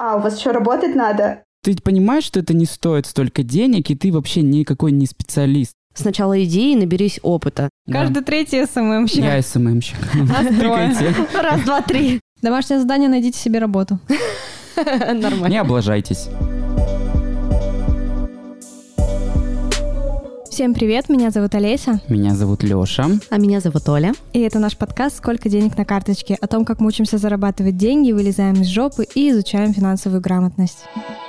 А, у вас еще работать надо? Ты понимаешь, что это не стоит столько денег, и ты вообще никакой не специалист. Сначала иди и наберись опыта. Каждый третий СММщик. Я СММщик. Раз, два, три. Домашнее задание, найдите себе работу. Нормально. Не облажайтесь. Всем привет, меня зовут Олеся. Меня зовут Лёша. А меня зовут Оля. И это наш подкаст «Сколько денег на карточке?» о том, как мы учимся зарабатывать деньги, вылезаем из жопы и изучаем финансовую грамотность.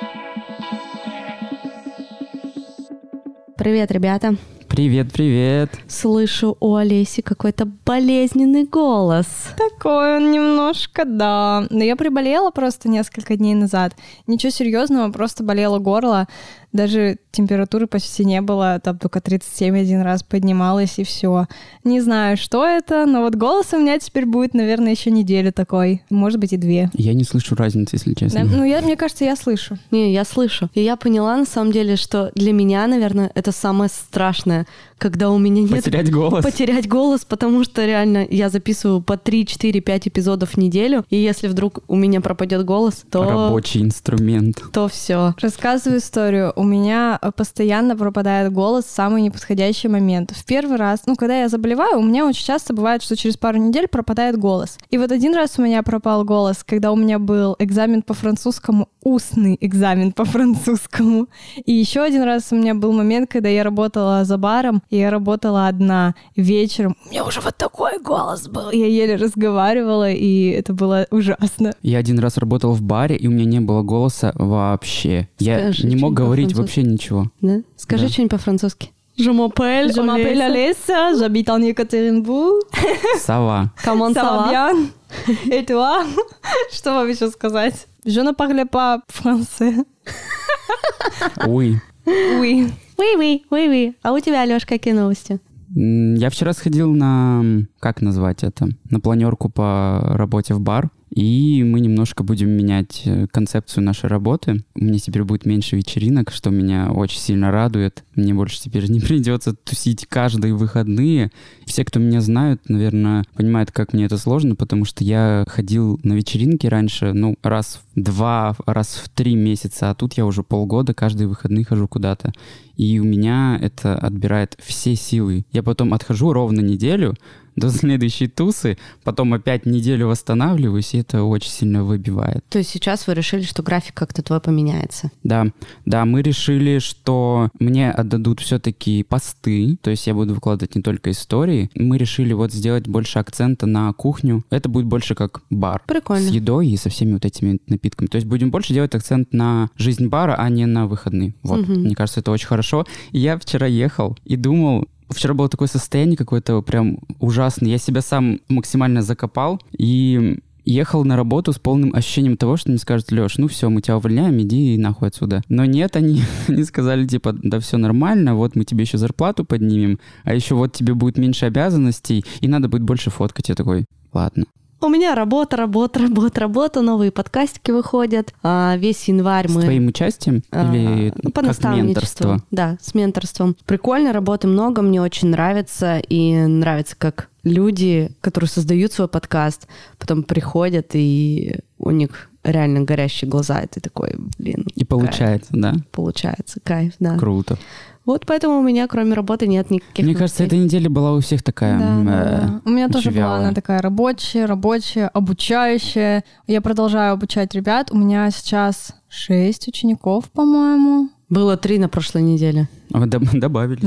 Привет, ребята. Привет. Слышу у Олеси какой-то болезненный голос. Такой он немножко, да. Но я приболела просто несколько дней назад. Ничего серьезного, просто болело горло. Даже температуры почти не было, там только 37 один раз поднималась, и все. Не знаю, что это, но вот голос у меня теперь будет, наверное, еще неделю такой. Может быть, и 2. Я не слышу разницы, если честно. Да? Ну, мне кажется, я слышу. Не, я слышу. И я поняла, на самом деле, что для меня, наверное, это самое страшное, когда у меня нет... Потерять голос? Потерять голос, потому что реально я записываю по 3, 4, 5 эпизодов в неделю, и если вдруг у меня пропадет голос, то... Рабочий инструмент. То все. Рассказываю историю. У меня постоянно пропадает голос в самый неподходящий момент. В первый раз, когда я заболеваю, у меня очень часто бывает, что через пару недель пропадает голос. И вот один раз у меня пропал голос, когда у меня был экзамен по французскому, устный экзамен по французскому. И еще один раз у меня был момент, когда я работала за баром, и я работала одна вечером. У меня уже вот такой голос был. Я еле разговаривала, и это было ужасно. Я один раз работал в баре, и у меня не было голоса вообще. Я не мог говорить вообще ничего. Да? Скажи что-нибудь по-французски. Je m'appelle Олеся, j'habite en Екатеринбург. Сова. Comment ça va? bien? Et toi? Что вам еще сказать? Je ne parle pas français. Уй. Oui. Oui. А у тебя, Алёш, какие новости? Я вчера сходил на... Как назвать это? На планерку по работе в бар. И мы немножко будем менять концепцию нашей работы. У меня теперь будет меньше вечеринок, что меня очень сильно радует. Мне больше теперь не придется тусить каждые выходные. Все, кто меня знают, наверное, понимают, как мне это сложно, потому что я ходил на вечеринки раньше, раз в 2, раз в 3 месяца, а тут я уже полгода каждые выходные хожу куда-то. И у меня это отбирает все силы. Я потом отхожу ровно неделю до следующей тусы, потом опять неделю восстанавливаюсь, и это очень сильно выбивает. То есть сейчас вы решили, что график как-то твой поменяется? Да, мы решили, что мне отдадут все-таки посты, то есть я буду выкладывать не только истории. Мы решили сделать больше акцента на кухню. Это будет больше как бар. Прикольно. С едой и со всеми вот этими напитками. То есть будем больше делать акцент на жизнь бара, а не на выходные. Мне кажется, это очень хорошо. И я вчера ехал и думал, вчера было такое состояние какое-то прям ужасное. Я себя сам максимально закопал и ехал на работу с полным ощущением того, что мне скажут: Лёш, все, мы тебя увольняем, иди нахуй отсюда. Но нет, они сказали, да все нормально, мы тебе еще зарплату поднимем, а еще тебе будет меньше обязанностей, и надо будет больше фоткать. Я такой: ладно. У меня работа, новые подкастики выходят. Весь январь мы... С твоим участием? Или по наставничеству. Да, с менторством. Прикольно, работы много, мне очень нравится. И нравится, как люди, которые создают свой подкаст, потом приходят, и у них реально горящие глаза. И ты такой, И получается, кайф. Да? Получается, кайф, да. Круто. Поэтому у меня, кроме работы, нет никаких... Мне кажется, эта неделя была у всех такая... Да. У меня тоже вялая. была она такая рабочая, обучающая. Я продолжаю обучать ребят. У меня сейчас 6 учеников, по-моему. Было 3 на прошлой неделе. Добавились.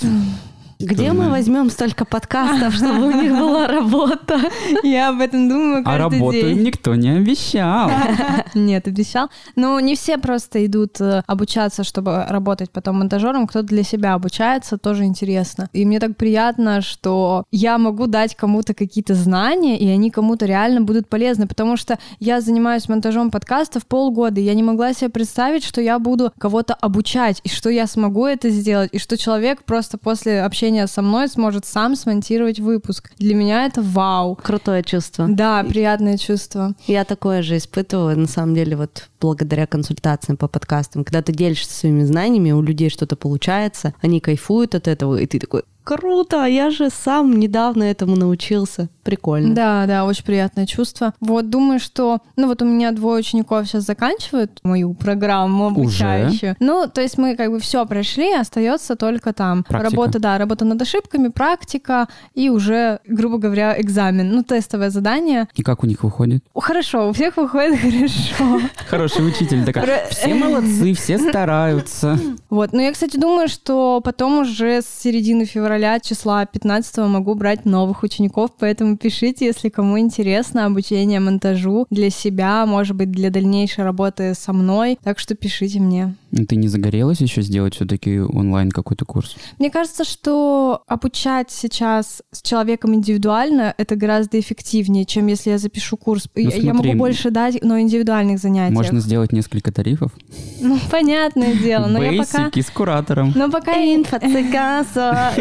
Где мы возьмем столько подкастов, чтобы у них была работа? Я об этом думаю каждый день. А работу им никто не обещал. Нет, обещал. Но не все просто идут обучаться, чтобы работать потом монтажером. Кто-то для себя обучается, тоже интересно. И мне так приятно, что я могу дать кому-то какие-то знания, и они кому-то реально будут полезны. Потому что я занимаюсь монтажом подкастов полгода, и я не могла себе представить, что я буду кого-то обучать, и что я смогу это сделать, и что человек просто после общения со мной сможет сам смонтировать выпуск. Для меня это вау. Крутое чувство. Да, приятное чувство. Я такое же испытываю, на самом деле, благодаря консультациям по подкастам. Когда ты делишься своими знаниями, у людей что-то получается, они кайфуют от этого, и ты такой: Круто, я же сам недавно этому научился. Прикольно. Да, очень приятное чувство. Вот думаю, что... Ну вот у меня 2 учеников сейчас заканчивают мою программу обучающую. Ну, то есть мы как бы все прошли, остается только там работа над ошибками, практика и уже, грубо говоря, экзамен. Ну, тестовое задание. И как у них выходит? Хорошо, у всех выходит хорошо. Хороший учитель такая. Все молодцы, все стараются. Вот, ну я, кстати, думаю, что потом уже с середины февраля, числа 15 могу брать новых учеников, поэтому пишите, если кому интересно обучение монтажу для себя, может быть, для дальнейшей работы со мной, так что пишите мне. Ты не загорелась еще сделать все-таки онлайн какой-то курс? Мне кажется, что обучать сейчас с человеком индивидуально это гораздо эффективнее, чем если я запишу курс. Я могу больше дать, но индивидуальных занятий. Можно сделать несколько тарифов? Ну, понятное дело. Но я пока... Бейсики с куратором. Но пока... Инфо-цыганство.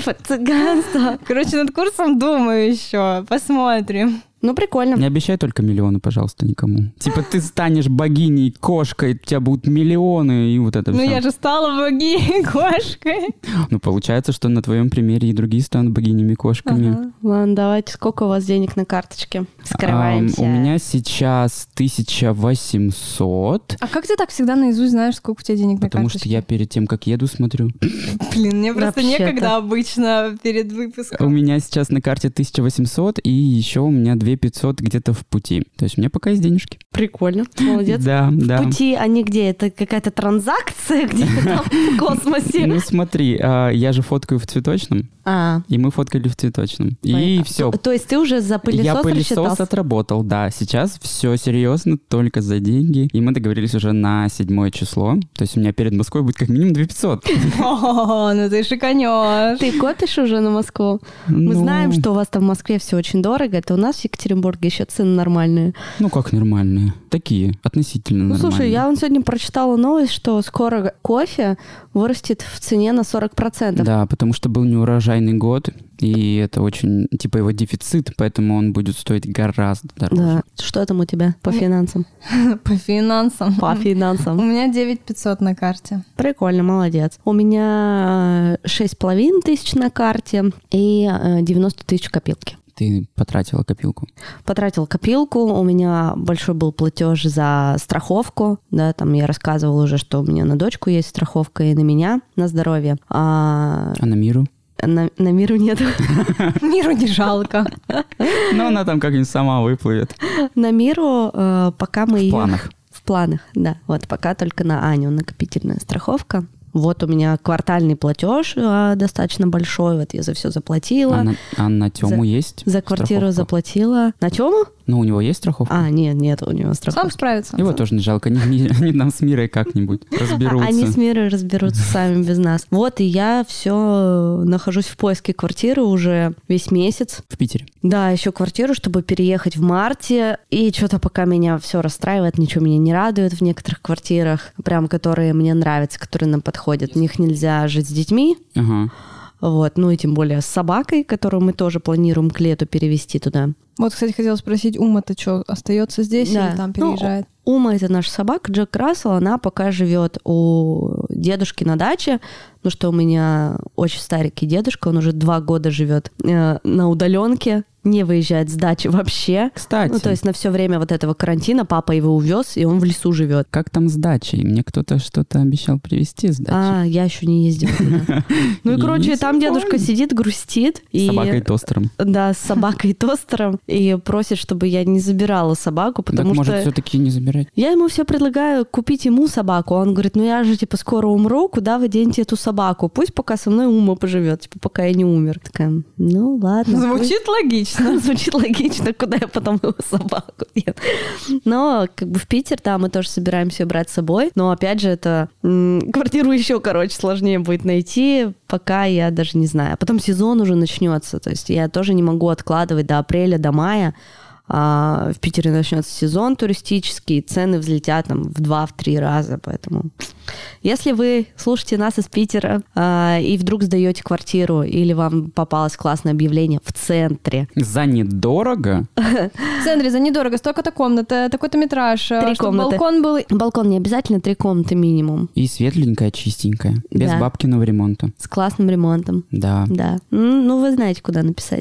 Короче, над курсом думаю еще. Посмотрим. Ну, прикольно. Не обещай только миллионы, пожалуйста, никому. Типа ты станешь богиней, кошкой, у тебя будут миллионы и вот это все. Ну, я же стала богиней, кошкой. Ну, получается, что на твоем примере и другие станут богинями, кошками. Ага. Ладно, давайте. Сколько у вас денег на карточке? Скрываемся. У меня сейчас 1800. А как ты так всегда наизусть знаешь, сколько у тебя денег на карточке? Потому что я перед тем, как еду, смотрю. Блин, мне просто некогда обычно перед выпуском. У меня сейчас на карте 1800, и еще у меня 2500 где-то в пути. То есть у меня пока есть денежки. Прикольно, молодец. Да. В пути они где? Это какая-то транзакция где-то там в космосе? Ну смотри, я же фоткаю в цветочном, и мы фоткали в цветочном. И все. То есть ты уже за пылесос Я пылесос рассчитался? отработал, да. Сейчас все серьезно, только за деньги. И мы договорились уже на 7 число. То есть у меня перед Москвой будет как минимум 2500. О, ну ты шиканешь. Ты копишь уже на Москву? Мы знаем, что у вас там в Москве все очень дорого. Это у нас в Екатеринбурге еще цены нормальные. Ну как нормальные? Такие, относительно нормальные. Слушай, я вон сегодня прочитала новость, что скоро кофе вырастет в цене на 40%. Да, потому что был неурожайный год, и это очень, типа, его дефицит, поэтому он будет стоить гораздо дороже. Да. Что там у тебя по финансам? По финансам? По финансам. У меня 9500 на карте. Прикольно, молодец. У меня 6500 на карте и 90 тысяч копилки. Ты потратила копилку? Потратила копилку, у меня большой был платеж за страховку, да, там я рассказывала уже, что у меня на дочку есть страховка и на меня, на здоровье. А на Миру? На Миру нет. Миру не жалко. Но она там как-нибудь сама выплывет. На Миру пока мы ее... В планах. В планах, да. Вот пока только на Аню накопительная страховка. Вот у меня квартальный платеж достаточно большой, вот я за все заплатила. А на Тему есть За квартиру страховка? Заплатила. На Тему? Ну, у него есть страховка? Нет у него страховки. Сам справится. Его тоже не жалко, они нам с Мирой как-нибудь разберутся. Они с Мирой разберутся сами без нас. Вот, и я все нахожусь в поиске квартиры уже весь месяц. В Питере? Да, еще квартиру, чтобы переехать в марте. И что-то пока меня все расстраивает, ничего меня не радует в некоторых квартирах, прям которые мне нравятся, которые нам подходят. В них нельзя жить с детьми. Ага. Вот, ну и тем более с собакой, которую мы тоже планируем к лету перевезти туда. Вот, кстати, хотела спросить, Ума-то что, остается здесь или там переезжает? Ума — это наша собака, Джек Рассел, она пока живет у дедушки на даче, ну что у меня очень старенький дедушка, он уже 2 года живет на удаленке, не выезжает с дачи вообще. Кстати. Ну, то есть на все время вот этого карантина папа его увез, и он в лесу живет. Как там с дачей? Мне кто-то что-то обещал привезти с дачи. Я еще не ездила туда. Ну и, короче, там дедушка сидит, грустит. С собакой-тостером. Да, с собакой-тостером. И просит, чтобы я не забирала собаку, потому что... Так, может, все-таки не забирать? Я ему все предлагаю купить ему собаку. Он говорит, ну я же, типа, скоро умру, куда вы денете эту собаку? Пусть пока со мной Ума поживет, типа, пока я не умер. Такая, ну ладно. Звучит логично. Звучит логично, куда я потом его собаку дену. Но, как бы, в Питер, да, мы тоже собираемся брать с собой. Но, опять же, это квартиру еще, сложнее будет найти, пока я даже не знаю. А потом сезон уже начнется. То есть я тоже не могу откладывать до апреля, до мая. В Питере начнется сезон туристический, цены взлетят там в 2-3 раза, поэтому Если вы слушаете нас из Питера и вдруг сдаете квартиру или вам попалось классное объявление в центре. За недорого? В центре за недорого. Столько-то комната, такой-то метраж. 3 комнаты. Балкон был... Балкон не обязательно, 3 комнаты минимум. И светленькая, чистенькая. Без Да. бабкиного ремонта. С классным ремонтом. Да. Да. Ну, вы знаете, куда написать.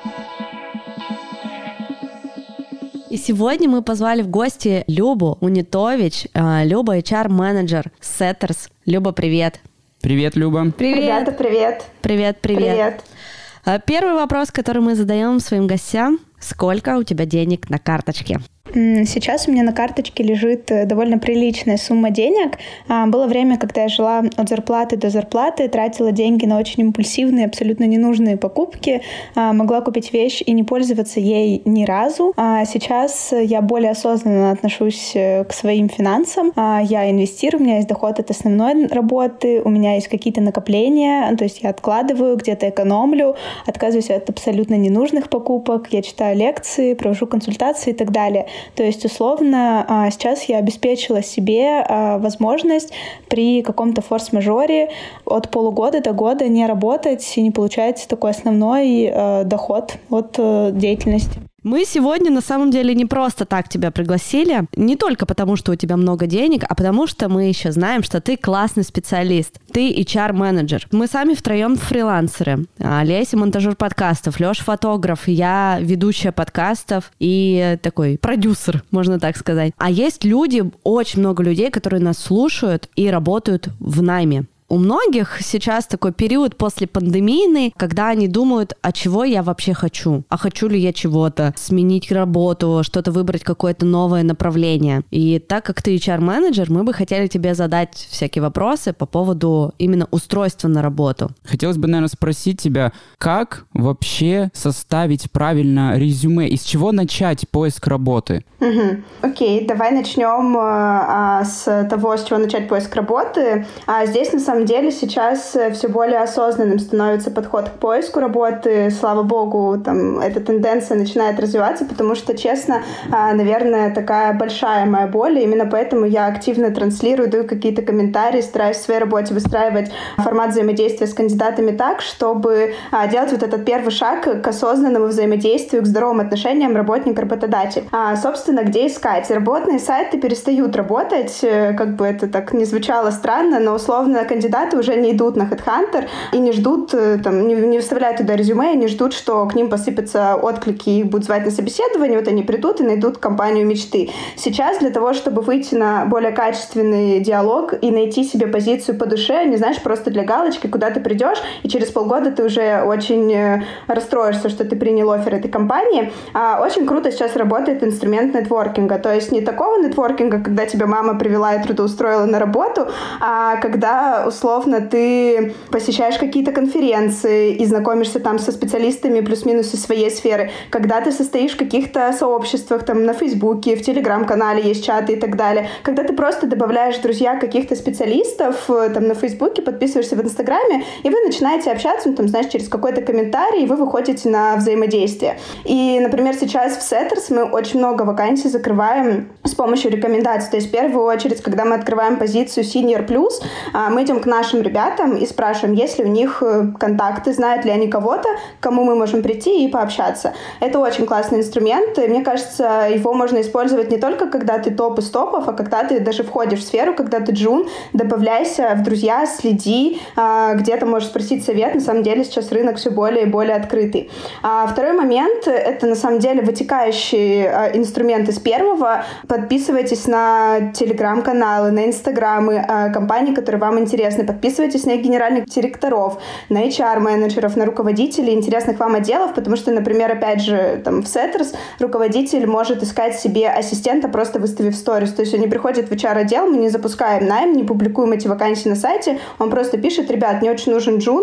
И сегодня мы позвали в гости Любу Унитович. Люба HR-менеджер Setters. Люба, привет. Привет, Люба. Привет. Ребята, привет. Привет. Привет. Первый вопрос, который мы задаем своим гостям. Сколько у тебя денег на карточке? Сейчас у меня на карточке лежит довольно приличная сумма денег. Было время, когда я жила от зарплаты до зарплаты, тратила деньги на очень импульсивные, абсолютно ненужные покупки, могла купить вещь и не пользоваться ей ни разу. Сейчас я более осознанно отношусь к своим финансам. Я инвестирую, у меня есть доход от основной работы, у меня есть какие-то накопления, то есть я откладываю, где-то экономлю, отказываюсь от абсолютно ненужных покупок, я читаю лекции, провожу консультации и так далее. То есть, условно, сейчас я обеспечила себе возможность при каком-то форс-мажоре от полугода до года не работать и не получать такой основной доход от деятельности. Мы сегодня на самом деле не просто так тебя пригласили, не только потому, что у тебя много денег, а потому что мы еще знаем, что ты классный специалист, ты HR-менеджер. Мы сами втроем фрилансеры. Леся монтажер подкастов, Леша фотограф, я ведущая подкастов и такой продюсер, можно так сказать. А есть люди, очень много людей, которые нас слушают и работают в найме. У многих сейчас такой период после пандемийный, когда они думают, а чего я вообще хочу? А хочу ли я чего-то? Сменить работу, что-то выбрать, какое-то новое направление. И так как ты HR-менеджер, мы бы хотели тебе задать всякие вопросы по поводу именно устройства на работу. Хотелось бы, наверное, спросить тебя, как вообще составить правильно резюме? И с чего начать поиск работы? Окей, давай начнем с того, с чего начать поиск работы. Здесь, на самом деле, сейчас все более осознанным становится подход к поиску работы. Слава богу, там эта тенденция начинает развиваться, потому что, честно, наверное, такая большая моя боль. И именно поэтому я активно транслирую, даю какие-то комментарии, стараюсь в своей работе выстраивать формат взаимодействия с кандидатами так, чтобы делать вот этот первый шаг к осознанному взаимодействию, к здоровым отношениям работник-работодатель. Собственно, где искать? Работные сайты перестают работать, как бы это так не звучало странно, но условно кандидаты уже не идут на HeadHunter и не ждут, там, не выставляют туда резюме, и не ждут, что к ним посыпятся отклики и их будут звать на собеседование, вот они придут и найдут компанию мечты. Сейчас для того, чтобы выйти на более качественный диалог и найти себе позицию по душе, не знаешь, просто для галочки, куда ты придешь, и через полгода ты уже очень расстроишься, что ты принял оффер этой компании. Очень круто сейчас работает инструмент нетворкинга, то есть не такого нетворкинга, когда тебя мама привела и трудоустроила на работу, а когда условно ты посещаешь какие-то конференции и знакомишься там со специалистами плюс-минус из своей сферы, когда ты состоишь в каких-то сообществах, там на Фейсбуке, в Телеграм-канале есть чаты и так далее, когда ты просто добавляешь в друзья каких-то специалистов там на Фейсбуке, подписываешься в Инстаграме, и вы начинаете общаться, ну, там, знаешь, через какой-то комментарий, и вы выходите на взаимодействие. И, например, сейчас в Setters мы очень много вакансий закрываем с помощью рекомендаций. То есть в первую очередь, когда мы открываем позицию Senior+, мы идем к нашим ребятам и спрашиваем, есть ли у них контакты, знают ли они кого-то, к кому мы можем прийти и пообщаться. Это очень классный инструмент, и мне кажется, его можно использовать не только когда ты топ из топов, а когда ты даже входишь в сферу, когда ты джун, добавляйся в друзья, следи, где-то можешь спросить совет. На самом деле сейчас рынок все более и более открытый. Второй момент — это на самом деле вытекающий инструмент из первого. Подписывайтесь на телеграм-каналы, на инстаграмы компаний, которые вам интересны. Подписывайтесь на их генеральных директоров, на HR-менеджеров, на руководителей интересных вам отделов, потому что, например, опять же, там в Setters руководитель может искать себе ассистента, просто выставив сторис. То есть он не приходит в HR-отдел, мы не запускаем найм, не публикуем эти вакансии на сайте, он просто пишет: ребят, мне очень нужен джун,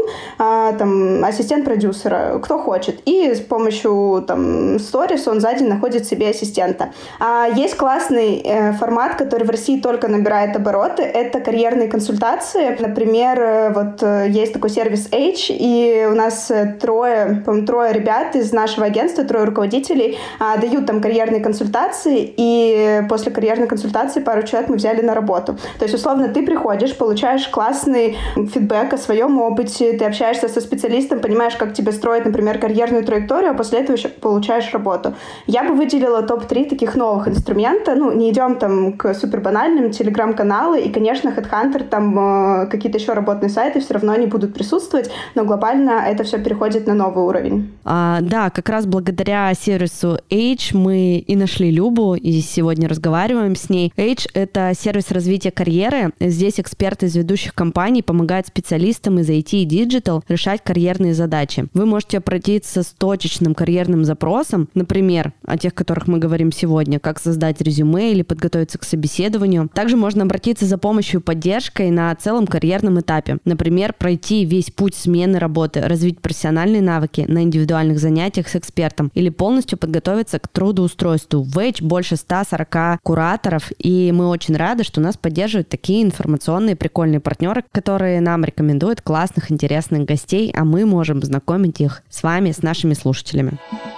там, ассистент продюсера, кто хочет. И с помощью там сторис он сзади находит себе ассистента. Есть классный формат, который в России только набирает обороты, это карьерные консультации. Например, вот есть такой сервис H, и у нас трое ребят из нашего агентства, 3 руководителей, дают там карьерные консультации, и после карьерной консультации пару человек мы взяли на работу. То есть, условно, ты приходишь, получаешь классный фидбэк о своем опыте, ты общаешься со специалистом, понимаешь, как тебе строить, например, карьерную траекторию, а после этого еще получаешь работу. Я бы выделила топ-3 таких новых инструмента. Не идем там к супербанальным, телеграм-каналы, и, конечно, HeadHunter, там какие-то еще работные сайты все равно не будут присутствовать, но глобально это все переходит на новый уровень. Да, как раз благодаря сервису H мы и нашли Любу, и сегодня разговариваем с ней. H — это сервис развития карьеры. Здесь эксперты из ведущих компаний помогают специалистам из IT и Digital решать карьерные задачи. Вы можете обратиться с точечным карьерным запросом, например, о тех, о которых мы говорим сегодня, как создать резюме или подготовиться к собеседованию. Также можно обратиться за помощью и поддержкой на целом карьерном этапе. Например, пройти весь путь смены работы, развить профессиональные навыки на индивидуальных занятиях с экспертом или полностью подготовиться к трудоустройству. В Edge больше 140 кураторов, и мы очень рады, что нас поддерживают такие информационные прикольные партнеры, которые нам рекомендуют классных, интересных гостей, а мы можем знакомить их с вами, с нашими слушателями.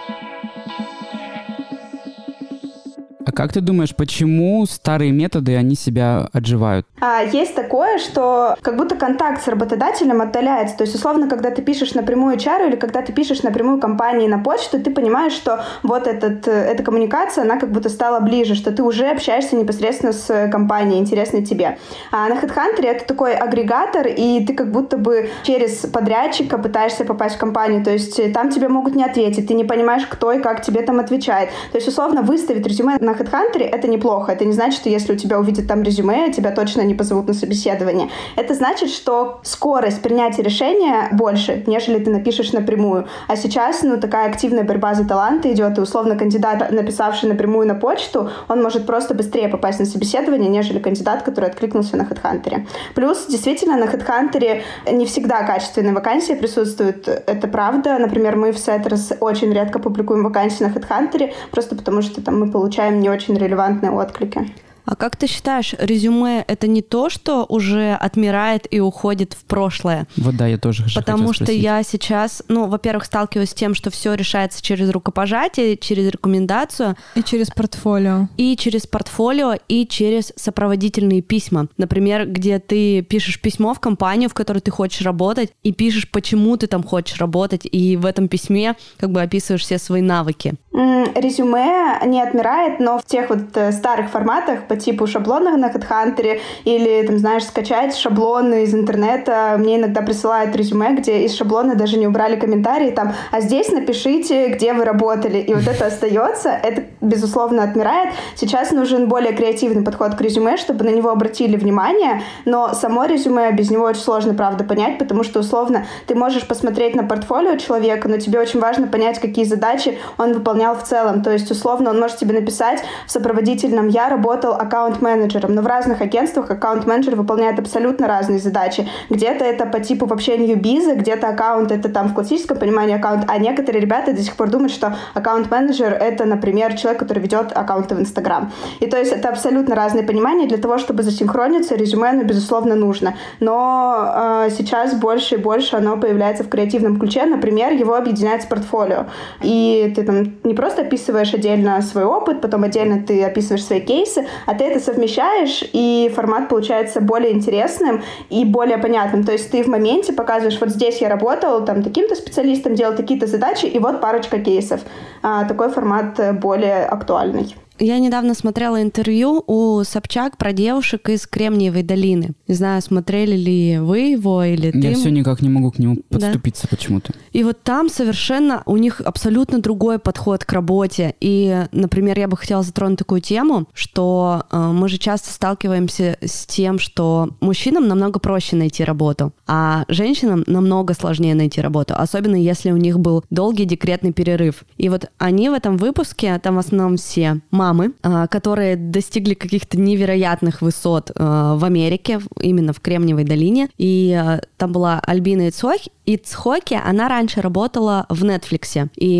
А как ты думаешь, почему старые методы, они себя отживают? Есть такое, что как будто контакт с работодателем отдаляется. То есть, условно, когда ты пишешь напрямую HR или когда ты пишешь напрямую компании на почту, ты понимаешь, что вот эта коммуникация, она как будто стала ближе, что ты уже общаешься непосредственно с компанией, интересной тебе. А на HeadHunter это такой агрегатор, и ты как будто бы через подрядчика пытаешься попасть в компанию. То есть, там тебе могут не ответить, ты не понимаешь, кто и как тебе там отвечает. То есть, условно, выставить резюме на HeadHunter — это неплохо. Это не значит, что если у тебя увидят там резюме, тебя точно не позовут на собеседование. Это значит, что скорость принятия решения больше, нежели ты напишешь напрямую. А сейчас, такая активная борьба за таланты идет, и условно кандидат, написавший напрямую на почту, он может просто быстрее попасть на собеседование, нежели кандидат, который откликнулся на HeadHunter. Плюс, действительно, на HeadHunter не всегда качественные вакансии присутствуют. Это правда. Например, мы в Setters очень редко публикуем вакансии на HeadHunter, просто потому что там мы получаем не очень релевантные отклики. А как ты считаешь, резюме — это не то, что уже отмирает и уходит в прошлое? Вот да, я тоже хотел спросить. Потому что я сейчас, во-первых, сталкиваюсь с тем, что все решается через рукопожатие, через рекомендацию. И через портфолио. И через портфолио, и через сопроводительные письма. Например, где ты пишешь письмо в компанию, в которой ты хочешь работать, и пишешь, почему ты там хочешь работать, и в этом письме как бы описываешь все свои навыки. Резюме не отмирает, но в тех старых форматах по типу шаблонов на HeadHunter или, скачать шаблоны из интернета. Мне иногда присылают резюме, где из шаблона даже не убрали комментарии, а здесь напишите, где вы работали. И вот это остается, это, безусловно, отмирает. Сейчас нужен более креативный подход к резюме, чтобы на него обратили внимание, но само резюме, без него очень сложно, правда, понять, потому что, условно, ты можешь посмотреть на портфолио человека, но тебе очень важно понять, какие задачи он выполнял в целом. То есть, условно, он может тебе написать в сопроводительном: «Я работал аккаунт-менеджером», но в разных агентствах аккаунт-менеджер выполняет абсолютно разные задачи. Где-то это по типу вообще ньюбиза, где-то аккаунт — это там в классическом понимании аккаунт, а некоторые ребята до сих пор думают, что аккаунт-менеджер — это, например, человек, который ведет аккаунты в Инстаграм. И то есть это абсолютно разные понимания. Для того, чтобы засинхрониться, резюме, безусловно, нужно. Но сейчас больше и больше оно появляется в креативном ключе. Например, его объединяет с портфолио. И ты там не просто описываешь отдельно свой опыт, потом отдельно ты описываешь свои кейсы, а ты это совмещаешь, и формат получается более интересным и более понятным. То есть ты в моменте показываешь: вот здесь я работал таким-то специалистом, делал такие-то задачи, и вот парочка кейсов. Такой формат более актуальный. Я недавно смотрела интервью у Собчак про девушек из Кремниевой долины. Не знаю, смотрели ли вы его или ты. Я все никак не могу к нему подступиться почему-то. И вот там совершенно у них абсолютно другой подход к работе. И, например, я бы хотела затронуть такую тему, что мы же часто сталкиваемся с тем, что мужчинам намного проще найти работу, а женщинам намного сложнее найти работу, особенно если у них был долгий декретный перерыв. И вот они в этом выпуске, там в основном все мамы, которые достигли каких-то невероятных высот в Америке, именно в Кремниевой долине. И там была Альбина Ицхоки, она раньше работала в Netflix. И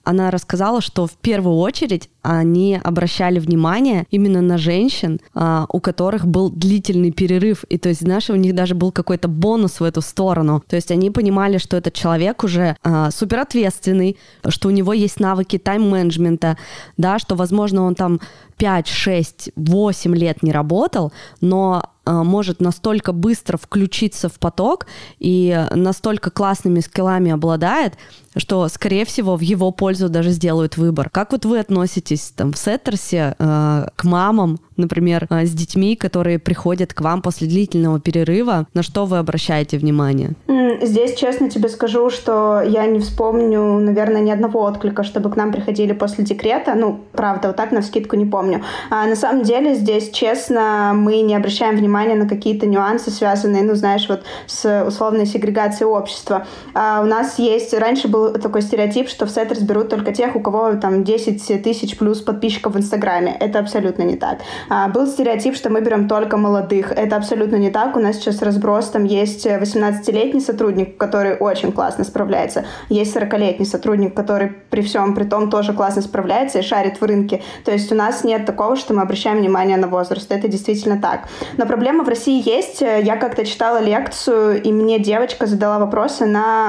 Она рассказала, что в первую очередь они обращали внимание именно на женщин, у которых был длительный перерыв. И то есть, знаешь, у них даже был какой-то бонус в эту сторону. То есть они понимали, что этот человек уже суперответственный, что у него есть навыки тайм-менеджмента, да, что, возможно, он там 5, 6, 8 лет не работал, но может настолько быстро включиться в поток и настолько классными скиллами обладает, что, скорее всего, в его пользу даже сделают выбор. Как вот вы относитесь там в Сеттерсе к мамам, например, с детьми, которые приходят к вам после длительного перерыва? На что вы обращаете внимание? Здесь, честно тебе скажу, что я не вспомню, наверное, ни одного отклика, чтобы к нам приходили после декрета. Ну, правда, вот так навскидку не помню. На самом деле здесь, честно, мы не обращаем внимания на какие-то нюансы, связанные, ну, знаешь, вот с условной сегрегацией общества. У нас есть... Раньше был такой стереотип, что в Сеттерс берут только тех, у кого там 10 тысяч плюс подписчиков в Инстаграме. Это абсолютно не так. Был стереотип, что мы берем только молодых. Это абсолютно не так. У нас сейчас разброс, там есть 18-летний сотрудник, который очень классно справляется. Есть 40-летний сотрудник, который при всем при том тоже классно справляется и шарит в рынке. То есть у нас нет такого, что мы обращаем внимание на возраст. Это действительно так. Но проблема в России есть. Я как-то читала лекцию, и мне девочка задала вопросы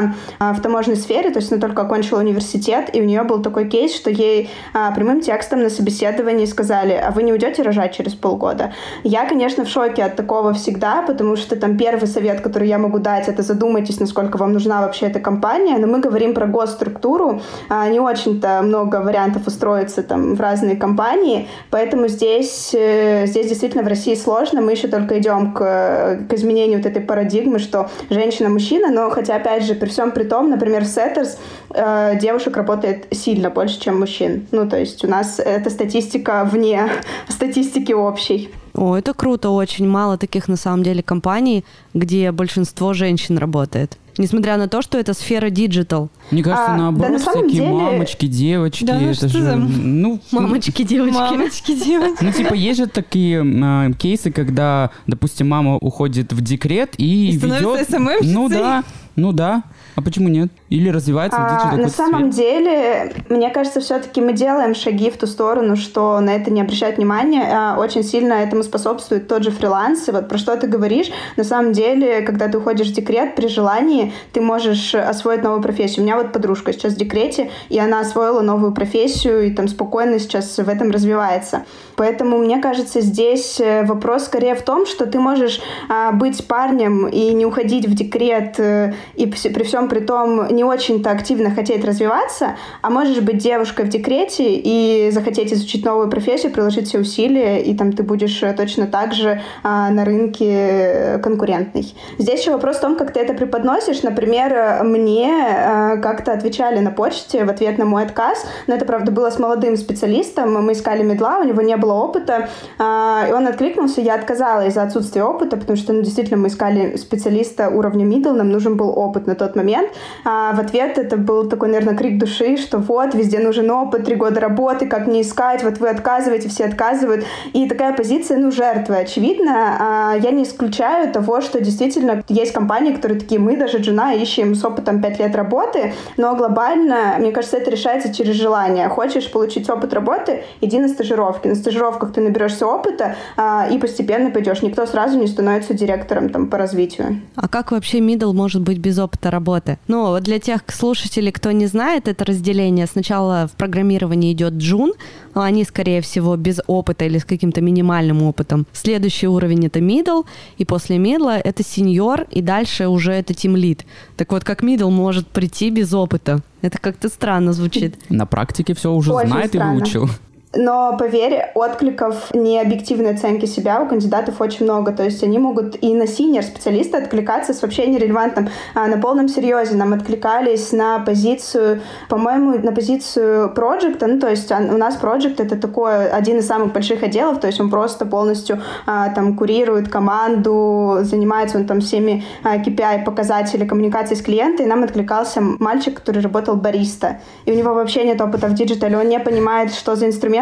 в таможенной сфере, то есть она только окончила университет, и у нее был такой кейс, что ей прямым текстом на собеседовании сказали: а вы не уйдете рожать через полгода? Я, конечно, в шоке от такого всегда, потому что там первый совет, который я могу дать, это задумайтесь, насколько вам нужна вообще эта компания, но мы говорим про госструктуру, не очень-то много вариантов устроиться там в разные компании, поэтому здесь действительно в России сложно, мы еще только идем к изменению вот этой парадигмы, что женщина-мужчина, но хотя, опять же, при всем при том, например, в Сеттерс девушек работает сильно больше, чем мужчин. Ну, то есть у нас эта статистика вне статистики общей. О, это круто, очень мало таких, на самом деле, компаний, где большинство женщин работает. Несмотря на то, что это сфера диджитал. Мне кажется, наоборот, да, на самом всякие деле... мамочки, девочки, да, это же... Мамочки, девочки. Мамочки, девочки. Ну, типа, есть же такие кейсы, когда, допустим, мама уходит в декрет и ведет... СММщицей. Ну да. А почему нет? Или развивается в диджитал На самом деле, мне кажется, все-таки мы делаем шаги в ту сторону, что на это не обращать внимания. Очень сильно этому способствует тот же фриланс. И вот про что ты говоришь, на самом деле, когда ты уходишь в декрет, при желании ты можешь освоить новую профессию. У меня вот подружка сейчас в декрете, и она освоила новую профессию, и там спокойно сейчас в этом развивается. Поэтому, мне кажется, здесь вопрос скорее в том, что ты можешь быть парнем и не уходить в декрет, и при всем при том не очень-то активно хотеть развиваться, а можешь быть девушкой в декрете и захотеть изучить новую профессию, приложить все усилия, и там ты будешь точно так же на рынке конкурентный. Здесь еще вопрос в том, как ты это преподносишь. Например, мне как-то отвечали на почте в ответ на мой отказ, но это, правда, было с молодым специалистом, мы искали медла, у него не было опыта, и он откликнулся, я отказала из-за отсутствия опыта, потому что, действительно, мы искали специалиста уровня middle, нам нужен был опыт на тот момент. В ответ это был такой, наверное, крик души, что вот, везде нужен опыт, 3 года работы, как мне искать, вот вы отказываете, все отказывают. И такая позиция, жертвы, очевидно. Я не исключаю того, что действительно есть компании, которые такие, мы даже Джуна ищем с опытом 5 лет работы, но глобально, мне кажется, это решается через желание. Хочешь получить опыт работы, иди на стажировки. На стажировках ты наберешься опыта и постепенно пойдешь. Никто сразу не становится директором там по развитию. А как вообще middle может быть без опыта работы? Ну, вот для тех слушателей, кто не знает это разделение, сначала в программировании идет джун, они, скорее всего, без опыта или с каким-то минимальным опытом. Следующий уровень — это middle, и после middle — это senior, и дальше уже это team lead. Так вот, как middle может прийти без опыта? Это как-то странно звучит. На практике все уже очень знает странно. И выучил. Но, поверь, откликов необъективной оценки себя у кандидатов очень много. То есть они могут и на синьор-специалиста откликаться с вообще нерелевантным. На полном серьезе нам откликались на позицию, по-моему, на позицию проекта. Ну, то есть у нас проект — это такой один из самых больших отделов. То есть он просто полностью там курирует команду, занимается он там всеми KPI, показатели коммуникации с клиентом. И нам откликался мальчик, который работал бариста. И у него вообще нет опыта в диджитале. Он не понимает, что за инструмент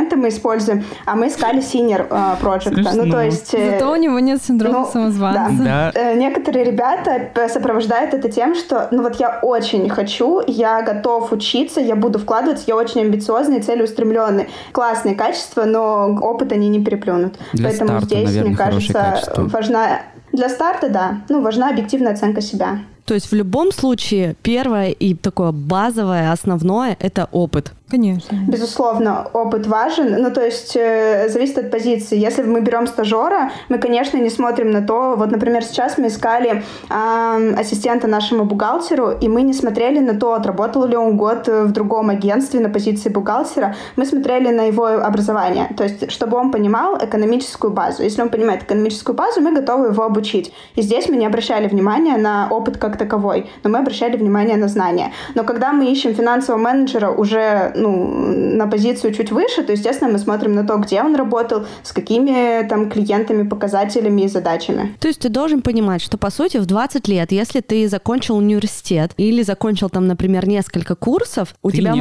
инструменты мы используем, а мы искали senior project. Ну, то есть... Зато у него нет синдрома самозванца. Да. Некоторые ребята сопровождают это тем, что, ну вот я очень хочу, я готов учиться, я буду вкладываться, я очень амбициозный, целеустремленный. Классные качества, но опыт они не переплюнут. Для Поэтому старта, здесь, наверное, мне кажется, качество. важна... Для старта, да. Ну, важна объективная оценка себя. То есть в любом случае первое и такое базовое, основное — это опыт. Конечно. Безусловно, опыт важен, ну, то есть зависит от позиции. Если мы берем стажера, мы, конечно, не смотрим на то, вот, например, сейчас мы искали ассистента нашему бухгалтеру, и мы не смотрели на то, отработал ли он год в другом агентстве на позиции бухгалтера, мы смотрели на его образование, то есть чтобы он понимал экономическую базу. Если он понимает экономическую базу, мы готовы его обучить. И здесь мы не обращали внимания на опыт как таковой, но мы обращали внимание на знания. Но когда мы ищем финансового менеджера уже на позицию чуть выше, то, естественно, мы смотрим на то, где он работал, с какими там клиентами, показателями и задачами. То есть ты должен понимать, что, по сути, в 20 лет, если ты закончил университет или закончил там, например, несколько курсов, у тебя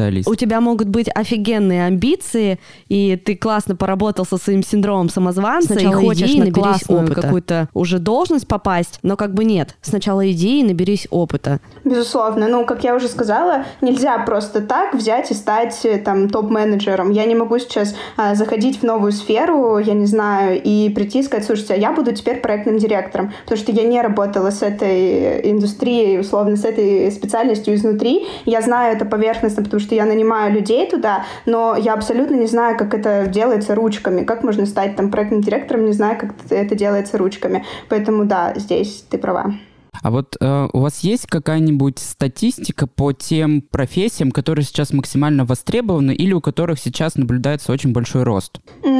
могут быть офигенные амбиции, и ты классно поработал со своим синдромом самозванца, и хочешь на классную какую-то уже должность попасть, но как бы нет. Сначала иди и наберись опыта. Безусловно. Ну, как я уже сказала, нельзя просто так взять и стать там топ-менеджером. Я не могу сейчас заходить в новую сферу, я не знаю, и прийти и сказать: слушайте, а я буду теперь проектным директором, потому что я не работала с этой индустрией, условно, с этой специальностью изнутри. Я знаю это поверхностно, потому что я нанимаю людей туда, но я абсолютно не знаю, как это делается ручками, как можно стать там проектным директором, не знаю, как это делается ручками. Поэтому да, здесь ты права. А вот у вас есть какая-нибудь статистика по тем профессиям, которые сейчас максимально востребованы или у которых сейчас наблюдается очень большой рост?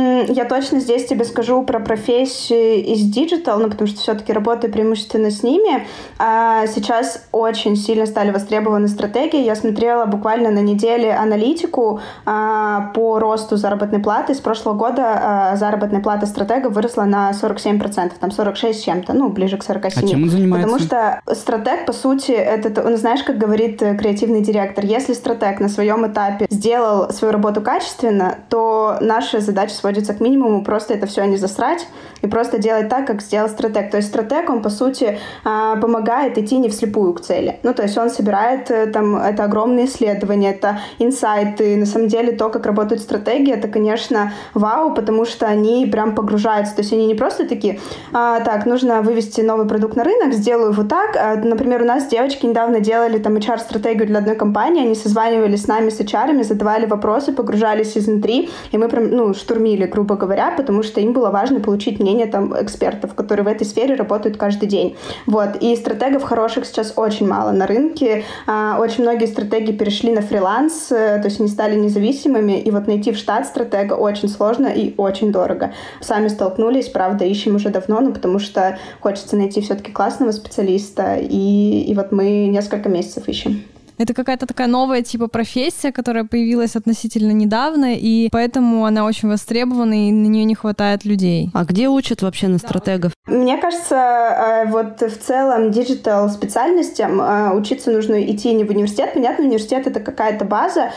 Я точно здесь тебе скажу про профессии из диджитал, потому что все-таки работаю преимущественно с ними. Сейчас очень сильно стали востребованы стратегии. Я смотрела буквально на неделе аналитику по росту заработной платы. С прошлого года заработная плата стратега выросла на 47%, там 46 с чем-то, ближе к 47%. А чем он занимается? Потому что стратег, по сути, это, знаешь, как говорит креативный директор, если стратег на своем этапе сделал свою работу качественно, то наша задача сводится к минимуму, просто это все не засрать и просто делать так, как сделал стратег. То есть стратег, он, по сути, помогает идти не вслепую к цели. То есть он собирает там, это огромные исследования, это инсайты. На самом деле то, как работают стратегии, это, конечно, вау, потому что они прям погружаются. То есть они не просто такие: так, нужно вывести новый продукт на рынок, сделаю вот так. Например, у нас девочки недавно делали там HR-стратегию для одной компании, они созванивались с нами, с HR-ами, задавали вопросы, погружались изнутри, и мы прям, штурмили, грубо говоря, потому что им было важно получить мнение там экспертов, которые в этой сфере работают каждый день. Вот. И стратегов хороших сейчас очень мало на рынке. Очень многие стратеги перешли на фриланс, то есть они стали независимыми, и вот найти в штат стратега очень сложно и очень дорого. Сами столкнулись, правда, ищем уже давно, потому что хочется найти все-таки классного специалиста, и вот мы несколько месяцев ищем. Это какая-то такая новая типа профессия, которая появилась относительно недавно, и поэтому она очень востребована, и на нее не хватает людей. А где учат вообще на стратегов? Мне кажется, вот в целом диджитал специальностям учиться нужно идти не в университет. Понятно, университет — это какая-то база,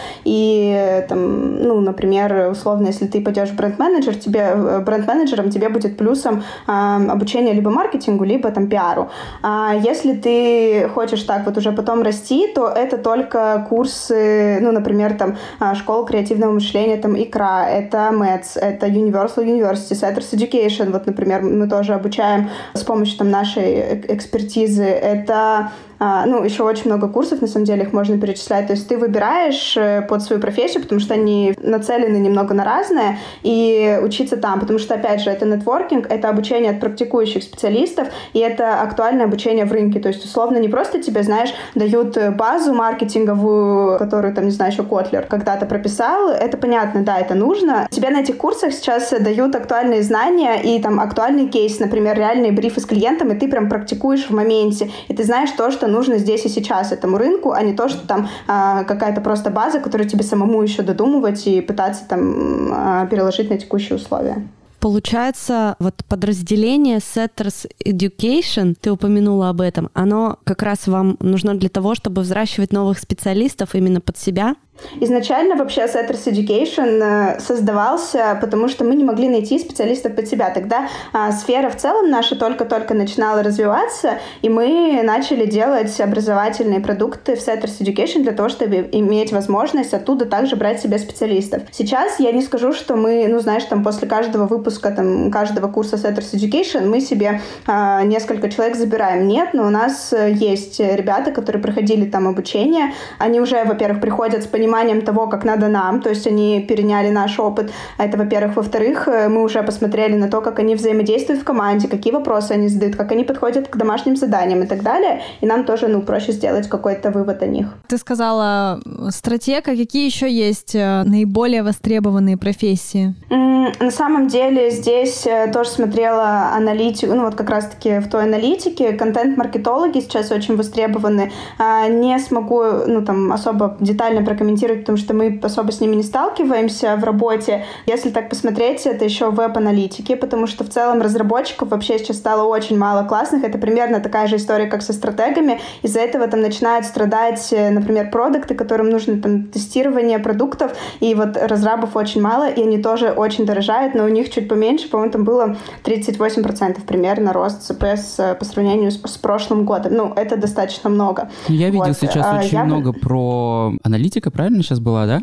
и там, например, условно, если ты пойдешь в бренд-менеджером, тебе будет плюсом обучение либо маркетингу, либо там пиару. А если ты хочешь так вот уже потом расти, то это только курсы, например, там, школа креативного мышления, там, ИКРА, это МЭЦ, это Universal University, Setters Education, вот, например, мы тоже обучаем с помощью там нашей экспертизы, это еще очень много курсов, на самом деле, их можно перечислять. То есть ты выбираешь под свою профессию, потому что они нацелены немного на разное, и учиться там, потому что, опять же, это нетворкинг, это обучение от практикующих специалистов, и это актуальное обучение в рынке. То есть, условно, не просто тебе, знаешь, дают базу маркетинговую, которую, там, не знаю, еще Котлер когда-то прописал, это понятно, да, это нужно. Тебе на этих курсах сейчас дают актуальные знания и там актуальный кейс, например, реальные брифы с клиентом, и ты прям практикуешь в моменте, и ты знаешь то, что нужно здесь и сейчас этому рынку, а не то, что там какая-то просто база, которую тебе самому еще додумывать и пытаться там переложить на текущие условия. Получается, вот подразделение Setters Education, ты упомянула об этом, оно как раз вам нужно для того, чтобы взращивать новых специалистов именно под себя? Изначально вообще Setters Education создавался, потому что мы не могли найти специалистов под себя. Тогда сфера в целом наша только-только начинала развиваться, и мы начали делать образовательные продукты в Setters Education для того, чтобы иметь возможность оттуда также брать себе специалистов. Сейчас я не скажу, что мы, после каждого выпуска, каждого курса Setters Education мы себе несколько человек забираем. Нет, но у нас есть ребята, которые проходили там обучение. Они уже, во-первых, приходят с пониманием того, как надо нам, то есть они переняли наш опыт. Это, во-первых. Во-вторых, мы уже посмотрели на то, как они взаимодействуют в команде, какие вопросы они задают, как они подходят к домашним заданиям и так далее. И нам тоже, проще сделать какой-то вывод о них. Ты сказала стратег, а какие еще есть наиболее востребованные профессии? На самом деле здесь тоже смотрела аналитику, как раз-таки в той аналитике. Контент-маркетологи сейчас очень востребованы. Не смогу, особо детально прокомментировать, потому что мы особо с ними не сталкиваемся в работе. Если так посмотреть, это еще веб-аналитики, потому что в целом разработчиков вообще сейчас стало очень мало классных. Это примерно такая же история, как со стратегами. Из-за этого начинают страдать, например, продукты, которым нужно тестирование продуктов, и разрабов очень мало, и они тоже очень дорожают, но у них чуть поменьше, по-моему, там было 38% примерно рост ЦПС по сравнению с прошлым годом. Это достаточно много. Я видел сейчас очень много про аналитика, правильно сейчас была, да?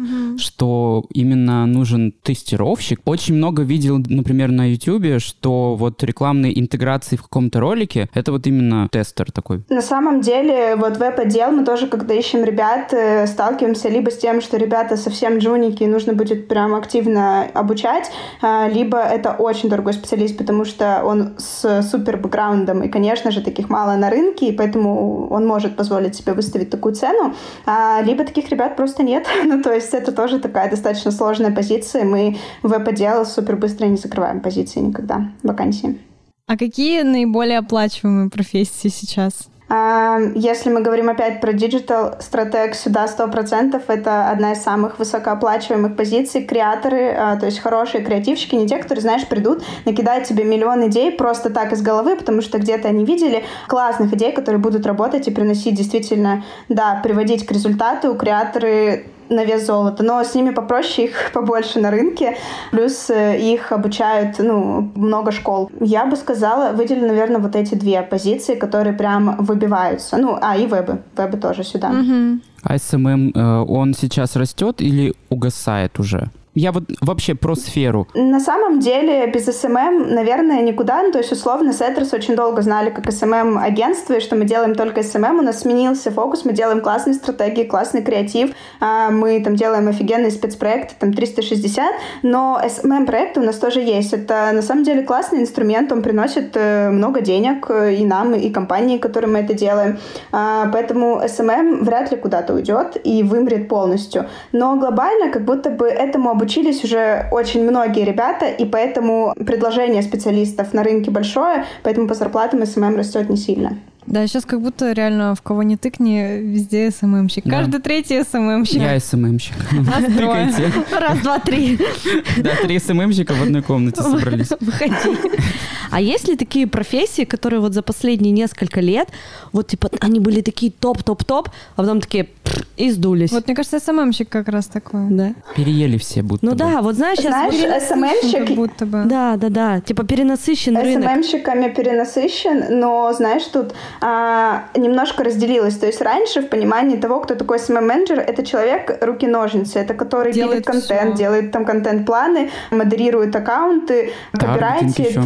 Что именно нужен тестировщик. Очень много видел, например, на YouTube, что рекламные интеграции в каком-то ролике, это именно тестер такой. На самом деле, веб-отдел, мы тоже, когда ищем ребят, сталкиваемся либо с тем, что ребята совсем джуники, и нужно будет прям активно обучать, либо это очень дорогой специалист, потому что он с супер бэкграундом, и, конечно же, таких мало на рынке, и поэтому он может позволить себе выставить такую цену, либо таких ребят просто нет. То есть это тоже такая достаточно сложная позиция. Мы в веб-отдел супер быстро не закрываем позиции никогда, вакансии. А какие наиболее оплачиваемые профессии сейчас? Если мы говорим опять про Digital Strateg, сюда 100% это одна из самых высокооплачиваемых позиций. Креаторы, то есть хорошие креативщики, не те, которые, придут, накидают тебе миллион идей просто так из головы, потому что где-то они видели классных идей, которые будут работать и приносить действительно, приводить к результату. Креаторы на вес золота, но с ними попроще, их побольше на рынке, плюс их обучают, много школ. Я бы сказала, выделю, наверное, эти две позиции, которые прям выбиваются. И вебы тоже сюда. А SMM, он сейчас растет или угасает уже? Я вообще про сферу. На самом деле без SMM, наверное, никуда. То есть, условно, Setters очень долго знали как SMM-агентство, и что мы делаем только SMM. У нас сменился фокус, мы делаем классные стратегии, классный креатив. Мы делаем офигенные спецпроекты, 360. Но SMM-проекты у нас тоже есть. Это, на самом деле, классный инструмент. Он приносит много денег и нам, и компании, которым мы это делаем. Поэтому SMM вряд ли куда-то уйдет и вымрет полностью. Но глобально, как будто бы этому обучились уже очень многие ребята, и поэтому предложение специалистов на рынке большое, поэтому по зарплатам SMM растет не сильно. Да, сейчас как будто реально в кого не тыкни, везде СММщик. Да. Каждый третий СММщик. Я СММщик. Раз, два, три. Да, 3 СММщика в одной комнате собрались. Выходи. А есть ли такие профессии, которые за последние несколько лет, они были такие топ-топ-топ, а потом такие и сдулись? Мне кажется, СММщик как раз такой. Да. Переели все будто бы. Знаешь, СММщик... Как будто бы. Да. Перенасыщен рынок. СММщиками перенасыщен, но, знаешь, тут немножко разделилось. То есть раньше в понимании того, кто такой SMM-менеджер, это человек руки-ножницы, это который делает контент, делает контент-планы, модерирует аккаунты, копирайтит,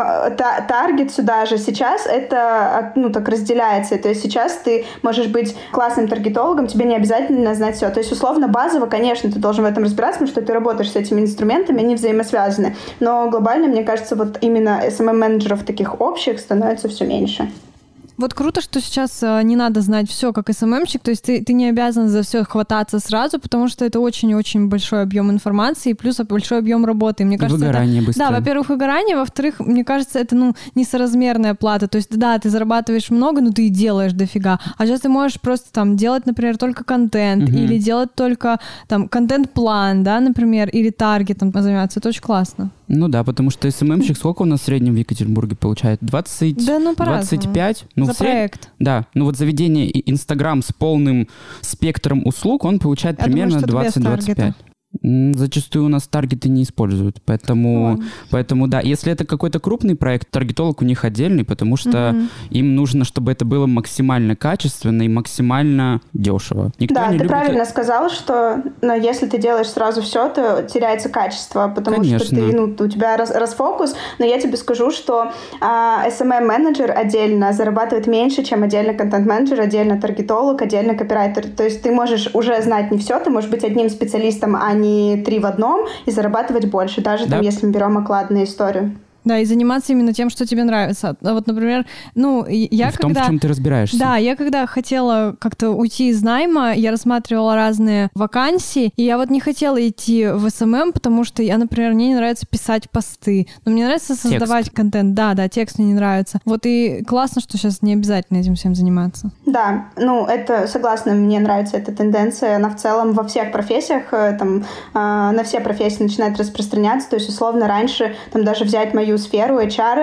таргет сюда же. Сейчас это так разделяется. То есть сейчас ты можешь быть классным таргетологом, тебе не обязательно знать все. То есть условно базово, конечно, ты должен в этом разбираться, потому что ты работаешь с этими инструментами, они взаимосвязаны. Но глобально, мне кажется, именно SMM-менеджеров таких общих становится все меньше. Круто, что сейчас не надо знать все как СММщик, то есть ты не обязан за все хвататься сразу, потому что это очень-очень большой объем информации и плюс большой объем работы. Мне кажется, выгорание быстро. Да, во-первых, выгорание, во-вторых, мне кажется, это несоразмерная плата. То есть, да, ты зарабатываешь много, но ты и делаешь дофига. А сейчас ты можешь просто делать, например, только контент, или делать только контент-план, да, например, или таргетом заниматься. Это очень классно. Ну да, потому что СММщик сколько у нас в среднем в Екатеринбурге получает? 20, да, 25? Ну, за проект. Да, ну вот заведение Инстаграм с полным спектром услуг, он получает примерно 20-25. Зачастую у нас таргеты не используют, поэтому да, если это какой-то крупный проект, таргетолог у них отдельный, потому что им нужно, чтобы это было максимально качественно и максимально дешево. Никто не ты правильно сказал, что если ты делаешь сразу все, то теряется качество, потому что у тебя расфокус, но я тебе скажу, что SMM-менеджер отдельно зарабатывает меньше, чем отдельно контент-менеджер, отдельно таргетолог, отдельно копирайтер. То есть ты можешь уже знать не все, ты можешь быть одним специалистом, а не 3 в одном, и зарабатывать больше, даже там, если мы берем окладную историю. Да, и заниматься именно тем, что тебе нравится. Вот, например, я в том, в чем ты разбираешься. Да, я когда хотела как-то уйти из найма, я рассматривала разные вакансии, и я вот не хотела идти в СММ, потому что например, мне не нравится писать посты, но мне нравится создавать контент. Да, текст мне не нравится. Вот и классно, что сейчас не обязательно этим всем заниматься. Да, это, согласна, мне нравится эта тенденция, она в целом во всех профессиях, на все профессии начинает распространяться, то есть, условно, раньше, даже взять мою сферу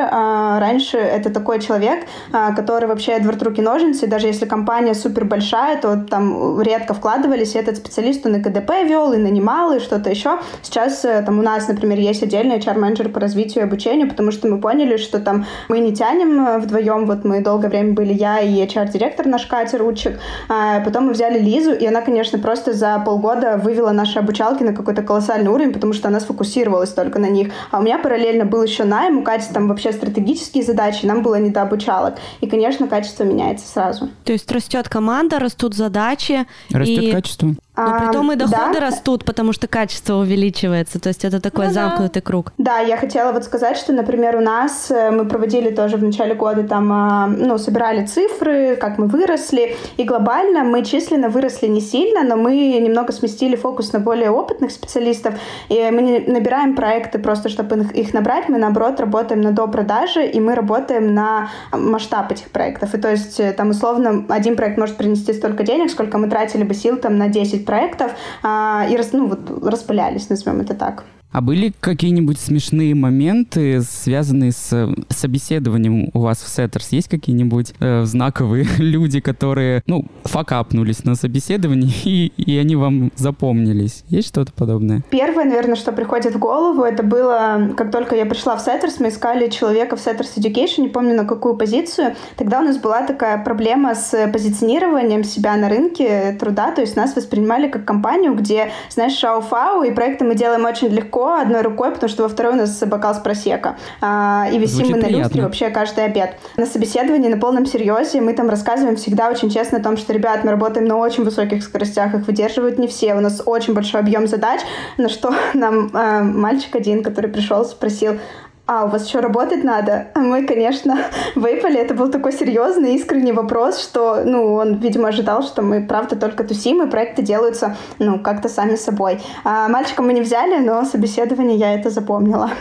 HR, раньше это такой человек, который вообще Эдвард Руки-ножницы, даже если компания супер большая, то там редко вкладывались, и этот специалист, он и КДП вел, и нанимал, и что-то еще. Сейчас у нас, например, есть отдельный HR-менеджер по развитию и обучению, потому что мы поняли, что там мы не тянем вдвоем, вот мы долгое время были я и HR-директор наш Катя Рудчик, потом мы взяли Лизу, и она, конечно, просто за полгода вывела наши обучалки на какой-то колоссальный уровень, потому что она сфокусировалась только на них. А у меня параллельно был еще найм, у Кати там вообще стратегические задачи, нам было не до обучалок. И, конечно, качество меняется сразу. То есть растет команда, растут задачи. Растет качество. Но притом и доходы растут, потому что качество увеличивается. То есть это такой замкнутый круг. Да, я хотела сказать, что, например, у нас мы проводили тоже в начале года собирали цифры, как мы выросли. И глобально мы численно выросли не сильно, но мы немного сместили фокус на более опытных специалистов. И мы не набираем проекты просто, чтобы их набрать. Мы, наоборот, работаем на допродаже, и мы работаем на масштаб этих проектов. И то есть условно один проект может принести столько денег, сколько мы тратили бы сил на 10 проектов, и распылялись, назовем это так. А были какие-нибудь смешные моменты, связанные с собеседованием у вас в Setters? Есть какие-нибудь знаковые люди, которые, факапнулись на собеседовании, и они вам запомнились? Есть что-то подобное? Первое, наверное, что приходит в голову, это было, как только я пришла в Setters, мы искали человека в Setters Education, не помню на какую позицию. Тогда у нас была такая проблема с позиционированием себя на рынке труда, то есть нас воспринимали как компанию, где, знаешь, шау-фау, и проекты мы делаем очень легко, одной рукой, потому что во второй у нас бокал с просекко. И висим мы на люстре вообще каждый обед. На собеседовании на полном серьезе мы там рассказываем всегда очень честно о том, что, ребят, мы работаем на очень высоких скоростях, их выдерживают не все, у нас очень большой объем задач, на что нам мальчик один, который пришел, спросил: у вас еще работать надо? А мы, конечно, выпали. Это был такой серьезный, искренний вопрос, что, он, видимо, ожидал, что мы, правда, только тусим, и проекты делаются, как-то сами собой. Мальчика мы не взяли, но собеседование я это запомнила.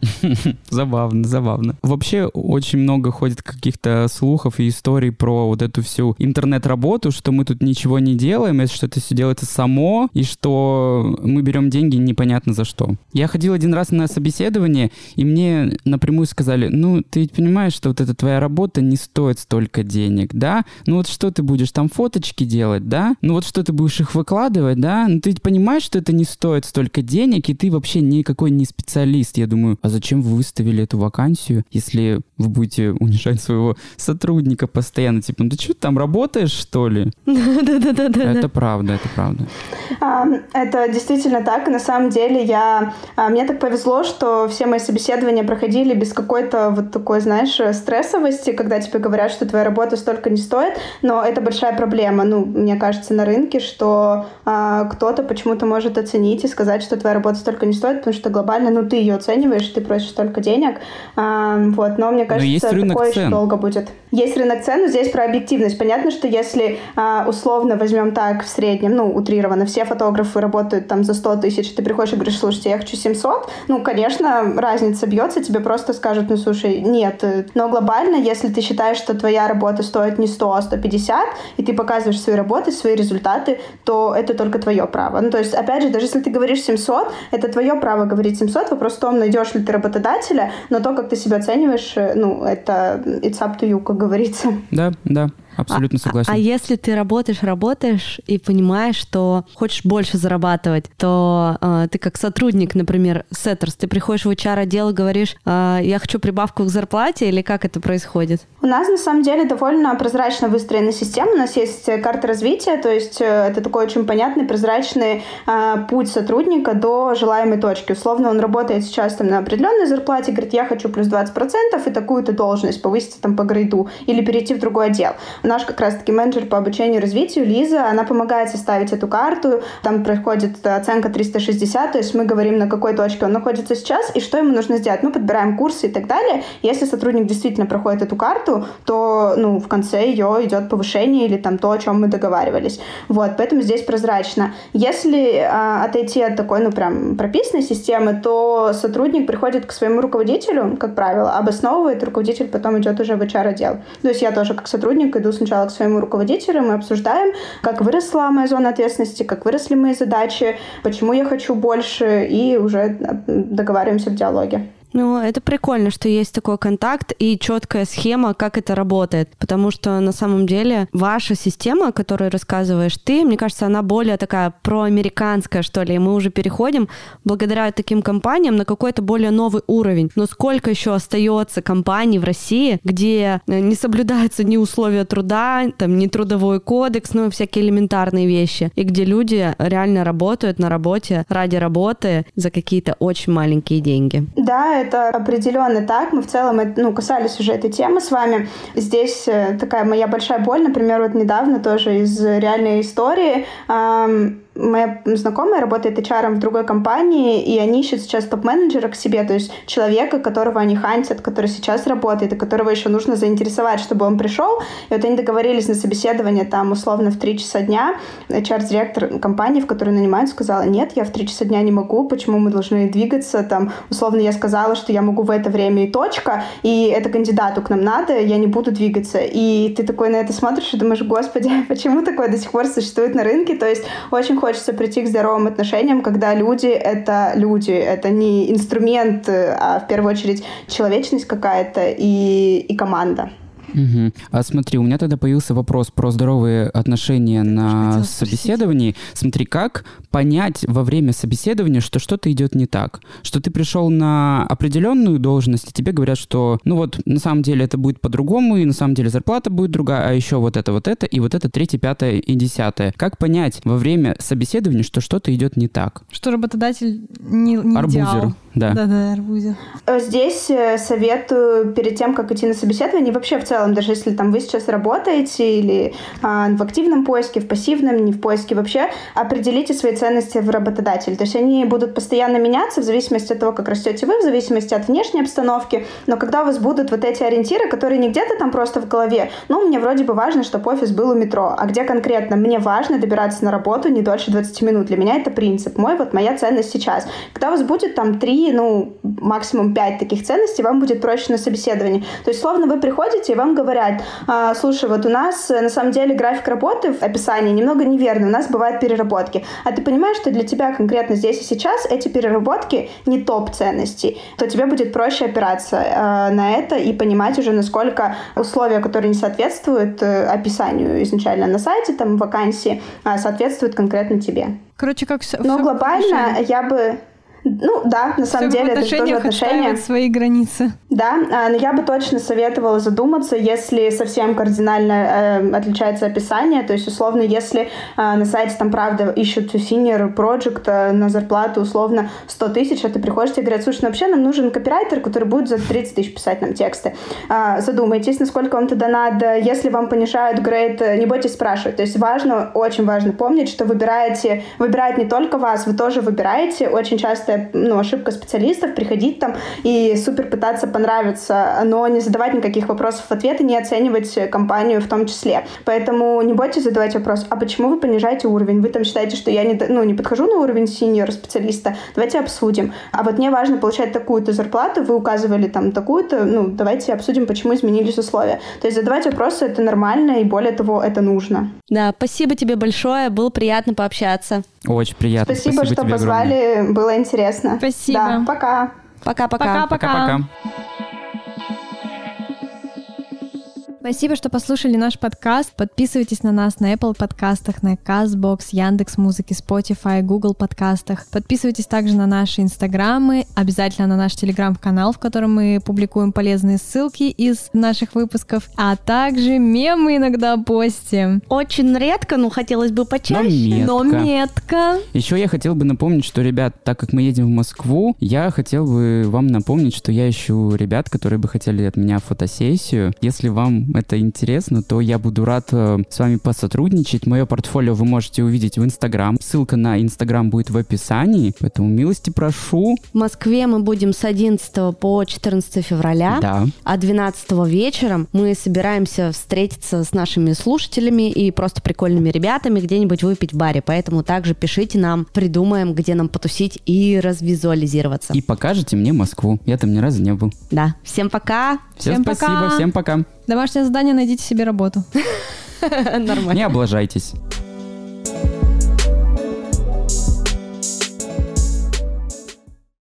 Забавно. Вообще очень много ходит каких-то слухов и историй про вот эту всю интернет-работу, что мы тут ничего не делаем, что это все делается само, и что мы берем деньги непонятно за что. Я ходил один раз на собеседование, и мне напрямую сказали: ты ведь понимаешь, что вот эта твоя работа не стоит столько денег, да? Что ты будешь там фоточки делать, да? Что ты будешь их выкладывать, да? Ты ведь понимаешь, что это не стоит столько денег, и ты вообще никакой не специалист. Я думаю, а зачем вы выставили эту вакансию, если вы будете унижать своего сотрудника постоянно? Ты что, там работаешь, что ли? Да. Это правда. Это действительно так. И на самом деле мне так повезло, что все мои собеседования проходили без какой-то вот такой, знаешь, стрессовости, когда тебе говорят, что твоя работа столько не стоит. Но это большая проблема, мне кажется, на рынке, что кто-то почему-то может оценить и сказать, что твоя работа столько не стоит, потому что глобально, ты ее оцениваешь, ты просишь просишь столько денег. Вот. Но мне кажется, такое еще долго будет. Есть рынок цен, но здесь про объективность. Понятно, что если условно возьмем так в среднем, ну, утрированно, все фотографы работают там за 100 тысяч, ты приходишь и говоришь, слушайте, я хочу 700, ну, конечно, разница бьется, тебе просто скажут, ну, слушай, нет. Но глобально, если ты считаешь, что твоя работа стоит не 100, а 150, и ты показываешь свои работы, свои результаты, то это только твое право. Ну, то есть, опять же, даже если ты говоришь 700, это твое право говорить 700, вопрос в том, найдешь ли ты работодателя, но то, как ты себя оцениваешь, ну, это it's up to you, как говорится. Да, абсолютно согласен. А если ты работаешь и понимаешь, что хочешь больше зарабатывать, то ты как сотрудник, например, Setters, ты приходишь в HR-отдел и говоришь, я хочу прибавку к зарплате, или как это происходит? У нас, на самом деле, довольно прозрачно выстроена система. У нас есть карта развития, то есть это такой очень понятный, прозрачный путь сотрудника до желаемой точки. Условно, он работает сейчас там на определенной зарплате, говорит, я хочу плюс 20% и такую-то должность, повыситься там по грейду или перейти в другой отдел. Наш как раз-таки менеджер по обучению и развитию, Лиза, она помогает составить эту карту, там проходит оценка 360, то есть мы говорим, на какой точке он находится сейчас и что ему нужно сделать. Мы подбираем курсы и так далее. Если сотрудник действительно проходит эту карту, то, ну, в конце ее идет повышение или там то, о чем мы договаривались. Вот, поэтому здесь прозрачно. Если отойти от такой, ну, прям прописанной системы, то сотрудник приходит к своему руководителю, как правило, обосновывает, руководитель потом идет уже в HR-отдел. То есть я тоже как сотрудник иду сначала к своему руководителю, мы обсуждаем, как выросла моя зона ответственности, как выросли мои задачи, почему я хочу больше, и уже договариваемся в диалоге. Ну, это прикольно, что есть такой контакт и четкая схема, как это работает. Потому что на самом деле ваша система, о которой рассказываешь ты, мне кажется, она более такая проамериканская, что ли. И мы уже переходим благодаря таким компаниям на какой-то более новый уровень. Но сколько еще остается компаний в России, где не соблюдаются ни условия труда, там, ни трудовой кодекс, ну и всякие элементарные вещи. И где люди реально работают на работе ради работы за какие-то очень маленькие деньги. Да, это определенно так. Мы в целом, ну, касались уже этой темы с вами. Здесь такая моя большая боль, например, вот недавно тоже из реальной истории. Моя знакомая работает HR в другой компании, и они ищут сейчас топ-менеджера к себе, то есть человека, которого они хантят, который сейчас работает, и которого еще нужно заинтересовать, чтобы он пришел. И вот они договорились на собеседование там условно в 3 часа дня. HR-директор компании, в которую нанимают, сказала, нет, я в 3 часа дня не могу, почему мы должны двигаться? Там, условно, я сказала, что я могу в это время и точка, и это кандидату к нам надо, я не буду двигаться. И ты такой на это смотришь и думаешь, господи, почему такое до сих пор существует на рынке? То есть очень хочется прийти к здоровым отношениям, когда люди, это не инструмент, а в первую очередь человечность какая-то и команда. Угу. А смотри, у меня тогда появился вопрос про здоровые отношения на собеседовании. Смотри, как понять во время собеседования, что что-то идет не так? Что ты пришел на определенную должность, и тебе говорят, что, ну вот, на самом деле это будет по-другому, и на самом деле зарплата будет другая, а еще вот это, и вот это 3, 5 и 10. Как понять во время собеседования, что что-то идет не так? Что работодатель не арбузер. Идеал. Да, арбузер. Здесь советую перед тем, как идти на собеседование, вообще в целом, даже если там вы сейчас работаете или в активном поиске, в пассивном, не в поиске вообще, определите свои ценности в работодателе. То есть они будут постоянно меняться в зависимости от того, как растете вы, в зависимости от внешней обстановки. Но когда у вас будут вот эти ориентиры, которые не где-то там просто в голове, ну, мне вроде бы важно, чтобы офис был у метро, а где конкретно мне важно добираться на работу не дольше 20 минут. Для меня это принцип мой, вот моя ценность сейчас. Когда у вас будет там 3, максимум 5 таких ценностей, вам будет проще на собеседовании. То есть, словно вы приходите, и вам говорят, слушай, вот у нас на самом деле график работы в описании немного неверный, у нас бывают переработки. А ты понимаешь, что для тебя конкретно здесь и сейчас эти переработки не топ-ценностей, то тебе будет проще опираться на это и понимать уже, насколько условия, которые не соответствуют описанию изначально на сайте, там, вакансии, соответствуют конкретно тебе. Короче, как все. Но глобально я бы... Ну, да, на самом деле это же тоже отношения. Свои границы. Да, но я бы точно советовала задуматься, если совсем кардинально отличается описание, то есть, условно, если на сайте там, правда, ищут senior project на зарплату, условно, 100 тысяч, а ты приходишь и говорят, слушай, ну, вообще нам нужен копирайтер, который будет за 30 тысяч писать нам тексты. Задумайтесь, насколько вам туда надо, если вам понижают грейд, не бойтесь спрашивать, то есть важно, очень важно помнить, что выбирает не только вас, вы тоже выбираете, очень часто большая, ошибка специалистов приходить там и супер пытаться понравиться, но не задавать никаких вопросов в ответ и не оценивать компанию в том числе. Поэтому не бойтесь задавать вопрос, а почему вы понижаете уровень? Вы там считаете, что я не подхожу на уровень синьор-специалиста? Давайте обсудим. А вот мне важно получать такую-то зарплату, вы указывали там такую-то, давайте обсудим, почему изменились условия. То есть задавать вопросы — это нормально, и более того, это нужно. Да, спасибо тебе большое, было приятно пообщаться. Очень приятно. Спасибо, что позвали, огромное. Было интересно. Спасибо. Да, пока. Пока-пока. Пока-пока. Спасибо, что послушали наш подкаст. Подписывайтесь на нас на Apple подкастах, на CastBox, Яндекс.Музыке, Spotify, Google подкастах. Подписывайтесь также на наши инстаграмы, обязательно на наш телеграм-канал, в котором мы публикуем полезные ссылки из наших выпусков, а также мемы иногда постим. Очень редко, но хотелось бы почаще. Но метко. Еще я хотел бы напомнить, что, ребят, так как мы едем в Москву, я хотел бы вам напомнить, что я ищу ребят, которые бы хотели от меня фотосессию. Если вам это интересно, то я буду рад с вами посотрудничать. Мое портфолио вы можете увидеть в Инстаграм. Ссылка на Инстаграм будет в описании, поэтому милости прошу. В Москве мы будем с 11 по 14 февраля, да. А 12 вечером мы собираемся встретиться с нашими слушателями и просто прикольными ребятами где-нибудь выпить в баре, поэтому также пишите нам, придумаем, где нам потусить и развизуализироваться. И покажете мне Москву. Я там ни разу не был. Да. Всем пока! Всем спасибо, всем пока. Домашнее задание: найдите себе работу. Нормально. Не облажайтесь.